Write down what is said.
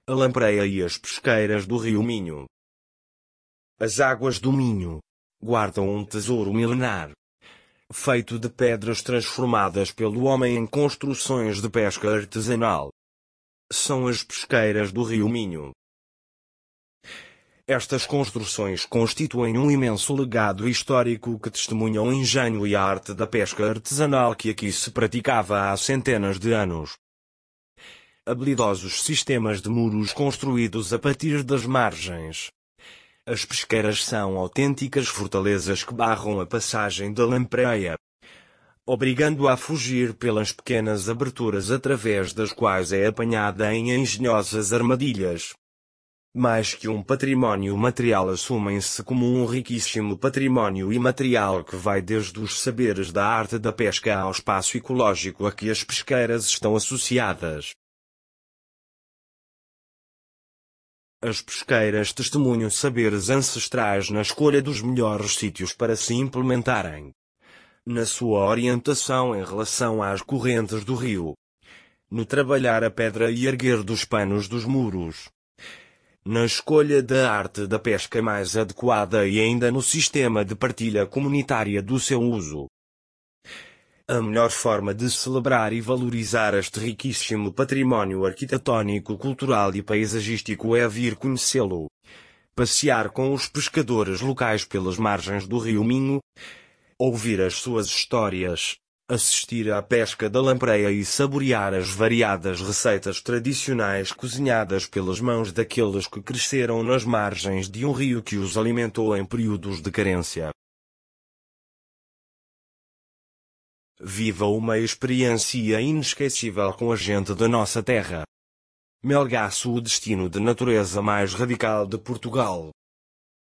a lampreia e as pesqueiras do rio Minho. As águas do Minho guardam um tesouro milenar, feito de pedras transformadas pelo homem em construções de pesca artesanal. São as pesqueiras do rio Minho. Estas construções constituem um imenso legado histórico que testemunha o engenho e a arte da pesca artesanal que aqui se praticava há centenas de anos. Habilidosos sistemas de muros construídos a partir das margens. As pesqueiras são autênticas fortalezas que barram a passagem da lampreia, obrigando-a a fugir pelas pequenas aberturas através das quais é apanhada em engenhosas armadilhas. Mais que um património material, assumem-se como um riquíssimo património imaterial que vai desde os saberes da arte da pesca ao espaço ecológico a que as pesqueiras estão associadas. As pesqueiras testemunham saberes ancestrais na escolha dos melhores sítios para se implementarem, na sua orientação em relação às correntes do rio, no trabalhar a pedra e erguer dos panos dos muros, na escolha da arte da pesca mais adequada e ainda no sistema de partilha comunitária do seu uso. A melhor forma de celebrar e valorizar este riquíssimo património arquitetónico, cultural e paisagístico é vir conhecê-lo, passear com os pescadores locais pelas margens do rio Minho, ouvir as suas histórias, assistir à pesca da lampreia e saborear as variadas receitas tradicionais cozinhadas pelas mãos daqueles que cresceram nas margens de um rio que os alimentou em períodos de carência. Viva uma experiência inesquecível com a gente da nossa terra. Melgaço, o destino de natureza mais radical de Portugal.